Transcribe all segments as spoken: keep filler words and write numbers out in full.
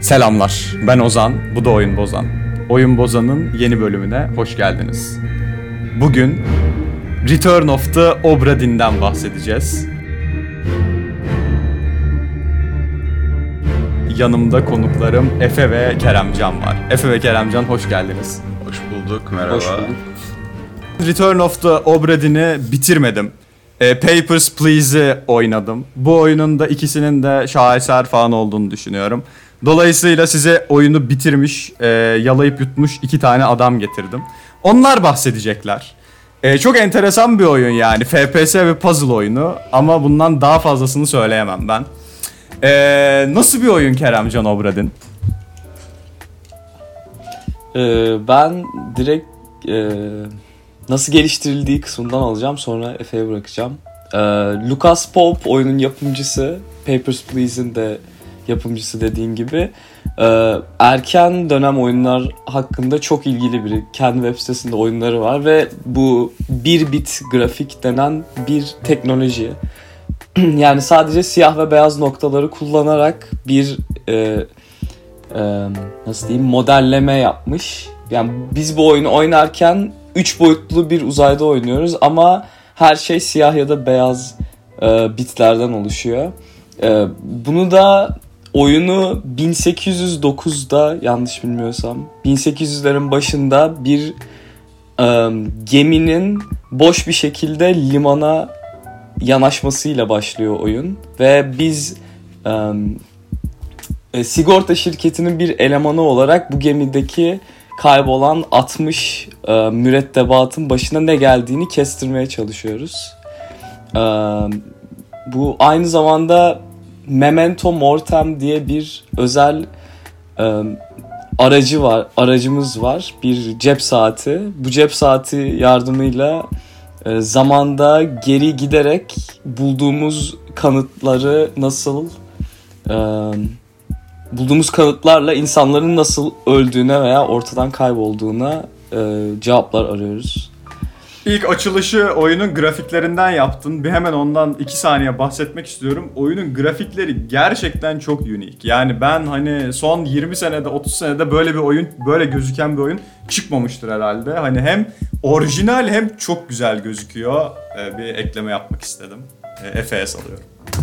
Selamlar, ben Ozan, bu da Oyun Bozan. Oyun Bozan'ın yeni bölümüne hoş geldiniz. Bugün Return of the Obra Dinn'den bahsedeceğiz. Yanımda konuklarım Efe ve Keremcan var. Efe ve Keremcan hoş geldiniz. Hoş bulduk, merhaba. Hoş bulduk. Return of the Obra Dinn'i bitirmedim. E, Papers, Please'i oynadım. Bu oyunun da ikisinin de şaheser falan olduğunu düşünüyorum. Dolayısıyla size oyunu bitirmiş, e, yalayıp yutmuş iki tane adam getirdim. Onlar bahsedecekler. E, çok enteresan bir oyun yani. F P S ve puzzle oyunu. Ama bundan daha fazlasını söyleyemem ben. E, nasıl bir oyun Keremcan Obra Dinn? Ee, ben direkt e, nasıl geliştirildiği kısmından alacağım. Sonra Efe'ye bırakacağım. Ee, Lucas Pope oyunun yapımcısı. Papers, Please'in de yapımcısı dediğin gibi. Ee, erken dönem oyunlar hakkında çok ilgili biri. Kendi web sitesinde oyunları var ve bu bir bit grafik denen bir teknoloji. Yani sadece siyah ve beyaz noktaları kullanarak bir e, e, nasıl diyeyim modelleme yapmış. Yani biz bu oyunu oynarken üç boyutlu bir uzayda oynuyoruz ama her şey siyah ya da beyaz e, bitlerden oluşuyor. E, bunu da oyunu bin sekiz yüz dokuzda yanlış bilmiyorsam bin sekiz yüzlerin başında bir e, geminin boş bir şekilde limana yanaşmasıyla başlıyor oyun ve biz e, e, sigorta şirketinin bir elemanı olarak bu gemideki kaybolan altmış e, mürettebatın başına ne geldiğini kestirmeye çalışıyoruz. E, bu aynı zamanda Memento Mortem diye bir özel e, aracı var, aracımız var, bir cep saati. Bu cep saati yardımıyla e, zamanda geri giderek bulduğumuz kanıtları nasıl e, bulduğumuz kanıtlarla insanların nasıl öldüğüne veya ortadan kaybolduğuna e, cevaplar arıyoruz. İlk açılışı oyunun grafiklerinden yaptın. Bir hemen ondan iki saniye bahsetmek istiyorum. Oyunun grafikleri gerçekten çok unik. Yani ben hani son yirmi senede otuz senede böyle bir oyun, böyle gözüken bir oyun çıkmamıştır herhalde. Hani hem orijinal hem çok güzel gözüküyor. Ee, bir ekleme yapmak istedim. Ee, Efe'ye salıyorum.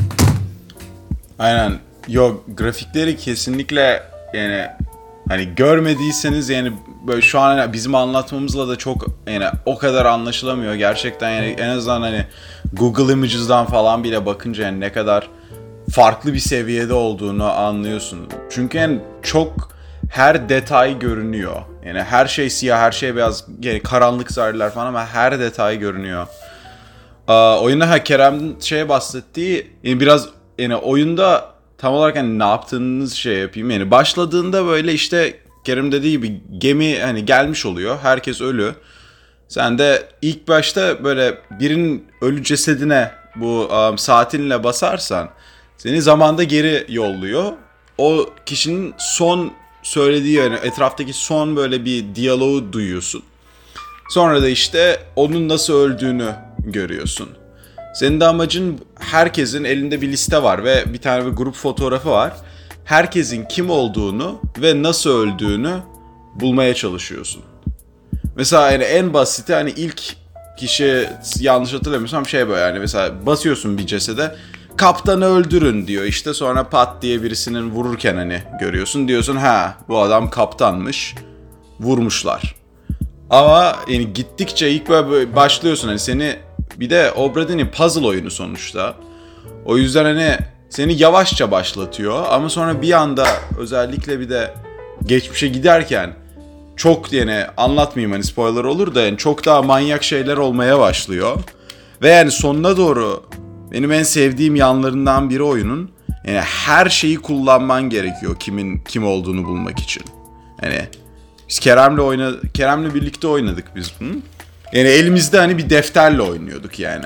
Aynen. Yok, grafikleri kesinlikle yani hani görmediyseniz yani böyle şu an bizim anlatmamızla da çok yani o kadar anlaşılamıyor gerçekten, yani en azından hani Google Images'dan falan bile bakınca yani ne kadar farklı bir seviyede olduğunu anlıyorsun. Çünkü yani çok her detay görünüyor. Yani her şey siyah, her şey beyaz, yani karanlık zerreler falan ama her detay görünüyor. Aa, oyunda ha Kerem şeye bahsettiği yani biraz yani oyunda tam olarak hani ne yaptığınız şey yapayım. Yani başladığında böyle işte Kerem dediği gibi gemi hani gelmiş oluyor. Herkes ölü. Sen de ilk başta böyle birinin ölü cesedine bu um, saatinle basarsan seni zamanda geri yolluyor. O kişinin son söylediği yani etraftaki son böyle bir diyaloğu duyuyorsun. Sonra da işte onun nasıl öldüğünü görüyorsun. Senin de amacın, herkesin elinde bir liste var ve bir tane bir grup fotoğrafı var. Herkesin kim olduğunu ve nasıl öldüğünü bulmaya çalışıyorsun. Mesela yani en basiti hani ilk kişi, yanlış hatırlamıyorsam şey böyle yani mesela basıyorsun bir cesede, kaptanı öldürün diyor işte, sonra pat diye birisinin vururken hani görüyorsun, diyorsun ha bu adam kaptanmış, vurmuşlar. Ama yani gittikçe ilk böyle başlıyorsun hani seni, bir de Obra Dinn'in puzzle oyunu sonuçta. O yüzden hani seni yavaşça başlatıyor ama sonra bir anda özellikle bir de geçmişe giderken çok yani anlatmayayım hani spoiler olur da yani çok daha manyak şeyler olmaya başlıyor. Ve yani sonuna doğru benim en sevdiğim yanlarından biri oyunun, yani her şeyi kullanman gerekiyor kimin kim olduğunu bulmak için. Yani biz Kerem'le oyna Kerem'le birlikte oynadık biz bunu. Yani elimizde hani bir defterle oynuyorduk yani.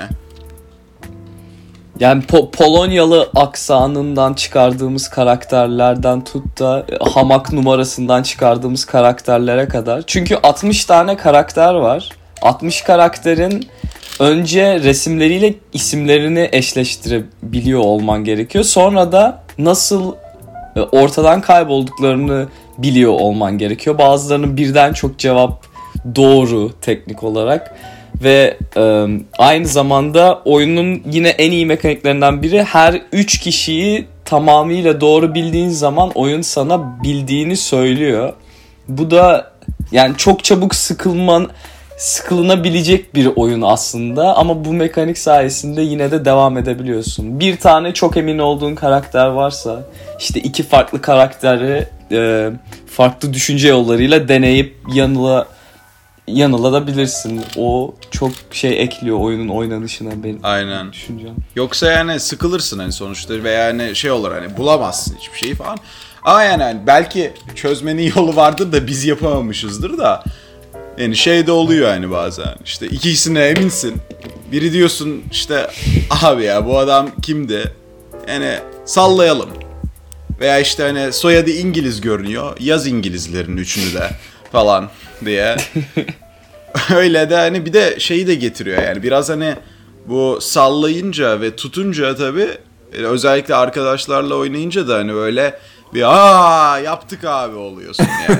Yani po- Polonyalı aksanından çıkardığımız karakterlerden tut da hamak numarasından çıkardığımız karakterlere kadar. Çünkü altmış tane karakter var. altmış karakterin önce resimleriyle isimlerini eşleştirebiliyor olman gerekiyor. Sonra da nasıl e, ortadan kaybolduklarını biliyor olman gerekiyor. Bazılarının birden çok cevap doğru teknik olarak ve e, aynı zamanda oyunun yine en iyi mekaniklerinden biri, her üç kişiyi tamamıyla doğru bildiğin zaman oyun sana bildiğini söylüyor. Bu da yani çok çabuk sıkılman sıkılınabilecek bir oyun aslında ama bu mekanik sayesinde yine de devam edebiliyorsun. Bir tane çok emin olduğun karakter varsa işte iki farklı karakteri e, farklı düşünce yollarıyla deneyip yanıla yanılabilirsin. O çok şey ekliyor oyunun oynanışına, benim Aynen. düşüncem. Yoksa yani sıkılırsın hani sonuçta veya yani şey olur hani bulamazsın hiçbir şeyi falan. Ama yani hani belki çözmenin yolu vardır da biz yapamamışızdır da. Yani şey de oluyor hani bazen. İşte ikisine eminsin. Biri diyorsun işte abi ya bu adam kimdi? Yani sallayalım. Veya işte hani soyadı İngiliz görünüyor. Yaz İngilizlerin üçünü de falan diye. Öyle de hani bir de şeyi de getiriyor yani. Biraz hani bu sallayınca ve tutunca tabii özellikle arkadaşlarla oynayınca da hani böyle bir aa yaptık abi oluyorsun yani.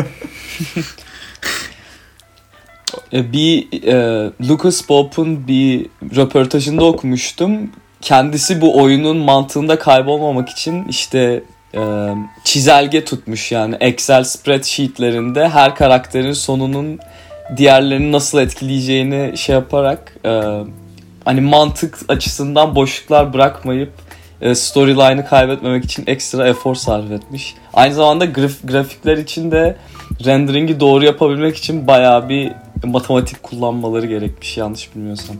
Bir e, Lucas Pope'un bir röportajında okumuştum. Kendisi bu oyunun mantığında kaybolmamak için işte e, çizelge tutmuş, yani Excel spreadsheetlerinde her karakterin sonunun diğerlerini nasıl etkileyeceğini şey yaparak e, hani mantık açısından boşluklar bırakmayıp e, storyline'ı kaybetmemek için ekstra efor sarf etmiş. Aynı zamanda graf- grafikler için de rendering'i doğru yapabilmek için bayağı bir matematik kullanmaları gerekmiş, yanlış bilmiyorsam.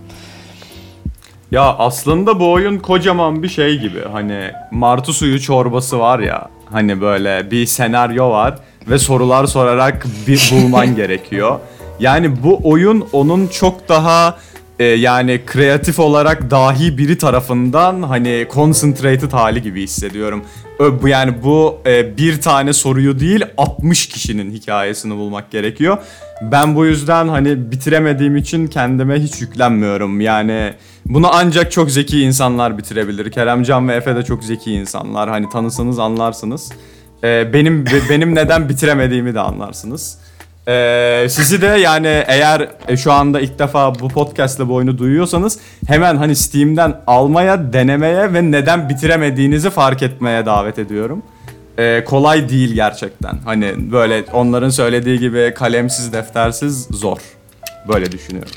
Ya aslında bu oyun kocaman bir şey gibi. Hani martı suyu çorbası var ya. Hani böyle bir senaryo var ve sorular sorarak bir bulman gerekiyor. Yani bu oyun onun çok daha e, yani kreatif olarak dahi biri tarafından hani concentrated hali gibi hissediyorum. Ö, bu yani bu e, bir tane soruyu değil altmış kişinin hikayesini bulmak gerekiyor. Ben bu yüzden hani bitiremediğim için kendime hiç yüklenmiyorum. Yani bunu ancak çok zeki insanlar bitirebilir. Keremcan ve Efe de çok zeki insanlar. Hani tanısanız anlarsınız. Ee, benim benim neden bitiremediğimi de anlarsınız. Ee, sizi de yani eğer şu anda ilk defa bu podcast'le bu oyunu duyuyorsanız hemen hani Steam'den almaya, denemeye ve neden bitiremediğinizi fark etmeye davet ediyorum. Ee, kolay değil gerçekten. Hani böyle onların söylediği gibi kalemsiz, deftersiz zor. Böyle düşünüyorum.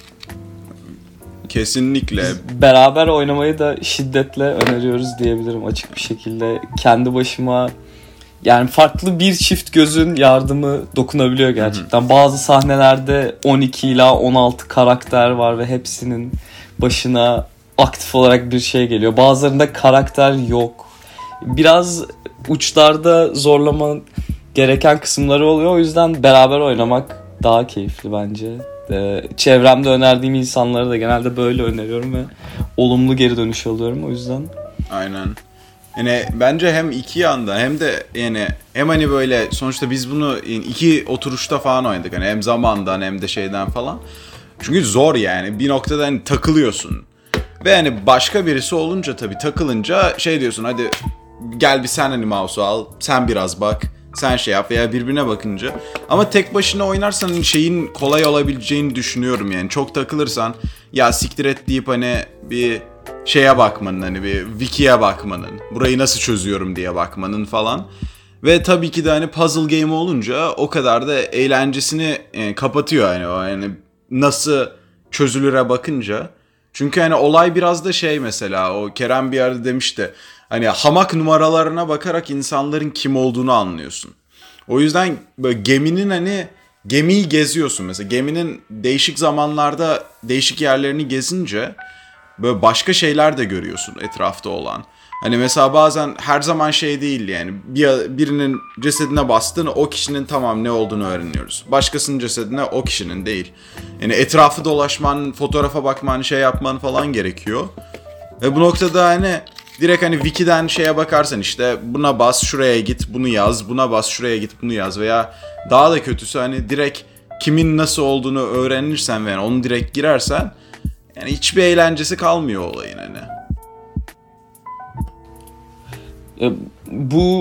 Kesinlikle. Beraber oynamayı da şiddetle öneriyoruz diyebilirim açık bir şekilde. Kendi başıma yani farklı bir çift gözün yardımı dokunabiliyor gerçekten. Hı hı. Bazı sahnelerde on iki ila on altı karakter var ve hepsinin başına aktif olarak bir şey geliyor. Bazılarında karakter yok. Biraz uçlarda zorlama gereken kısımları oluyor. O yüzden beraber oynamak daha keyifli bence. Ee, çevremde önerdiğim insanlara da genelde böyle öneriyorum ve olumlu geri dönüş alıyorum, o yüzden. Aynen. Yani bence hem iki yandan hem de yani hem hani böyle sonuçta biz bunu iki oturuşta falan oynadık. Hani hem zamandan hem de şeyden falan. Çünkü zor yani. Bir noktada hani takılıyorsun. Ve hani başka birisi olunca tabii takılınca şey diyorsun, hadi gel bir sen hani mouse'u al. Sen biraz bak. Sen şey yap veya birbirine bakınca. Ama tek başına oynarsan şeyin kolay olabileceğini düşünüyorum yani. Çok takılırsan ya siktir et deyip hani bir şeye bakmanın, hani bir wiki'ye bakmanın, burayı nasıl çözüyorum diye bakmanın falan. Ve tabii ki de hani puzzle game olunca o kadar da eğlencesini yani kapatıyor yani o yani nasıl çözülüre bakınca. Çünkü hani olay biraz da şey, mesela o Kerem bir yerde demişti. Hani hamak numaralarına bakarak insanların kim olduğunu anlıyorsun. O yüzden böyle geminin hani gemiyi geziyorsun mesela. Geminin değişik zamanlarda değişik yerlerini gezince böyle başka şeyler de görüyorsun etrafta olan. Hani mesela bazen her zaman şey değil yani. Bir, birinin cesedine bastığını o kişinin tamam ne olduğunu öğreniyoruz. Başkasının cesedine o kişinin değil. Yani etrafı dolaşman, fotoğrafa bakman, şey yapman falan gerekiyor. Ve bu noktada hani direkt hani wiki'den şeye bakarsan işte buna bas şuraya git bunu yaz, buna bas şuraya git bunu yaz veya daha da kötüsü hani direkt kimin nasıl olduğunu öğrenirsen ve yani onu direkt girersen yani hiçbir eğlencesi kalmıyor olayın hani. Bu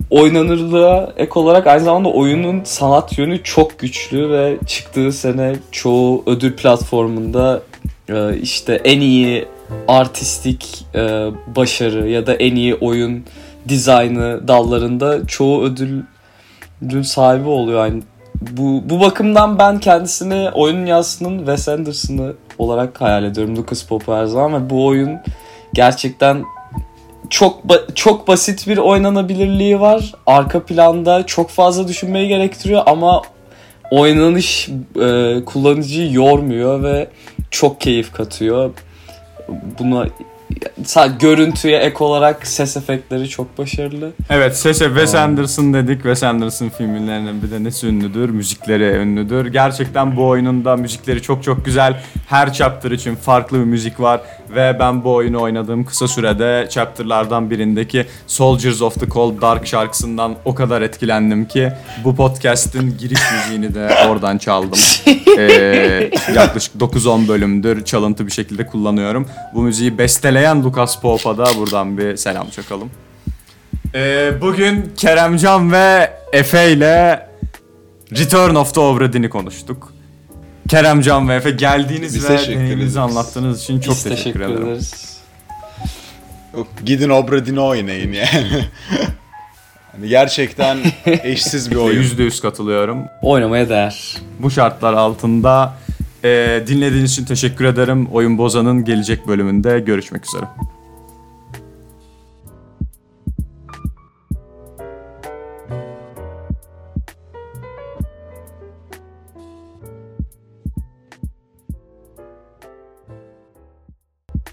oynanırlığa ek olarak aynı zamanda oyunun sanat yönü çok güçlü ve çıktığı sene çoğu ödül platformunda e, işte en iyi artistik e, başarı ya da en iyi oyun dizaynı dallarında çoğu ödülün sahibi oluyor. Yani bu, bu bakımdan ben kendisini oyun dünyasının Wes Anderson'ı olarak hayal ediyorum. Lucas Pope her zaman ve bu oyun gerçekten çok ba- çok basit bir oynanabilirliği var. Arka planda çok fazla düşünmeyi gerektiriyor ama oynanış e, kullanıcıyı yormuyor ve çok keyif katıyor. Buna görüntüye ek olarak ses efektleri çok başarılı. Evet, sese Wes Aa. Anderson dedik. Wes Anderson filmlerinin bir de nesi ünlüdür? Müzikleri ünlüdür. Gerçekten bu oyunun da müzikleri çok çok güzel. Her chapter için farklı bir müzik var. Ve ben bu oyunu oynadığım kısa sürede chapterlardan birindeki Soldiers of the Cold Dark şarkısından o kadar etkilendim ki bu podcast'in giriş müziğini de oradan çaldım. ee, yaklaşık dokuz on bölümdür çalıntı bir şekilde kullanıyorum. Bu müziği besteleyen Lucas Pope'a da buradan bir selam çakalım. Ee, bugün Keremcan ve Efe ile Return of the Obra Dinn'i konuştuk. Keremcan ve Efe geldiğiniz Biz ve teşekkür deneyiminizi ederiz. anlattığınız için çok Biz teşekkür, teşekkür ederim. ederiz. Yok, gidin Obra Dinn oynayın yani. Hani gerçekten eşsiz bir oyun. yüzde yüz katılıyorum. Oynamaya değer. Bu şartlar altında e, dinlediğiniz için teşekkür ederim. Oyun Bozan'ın gelecek bölümünde görüşmek üzere.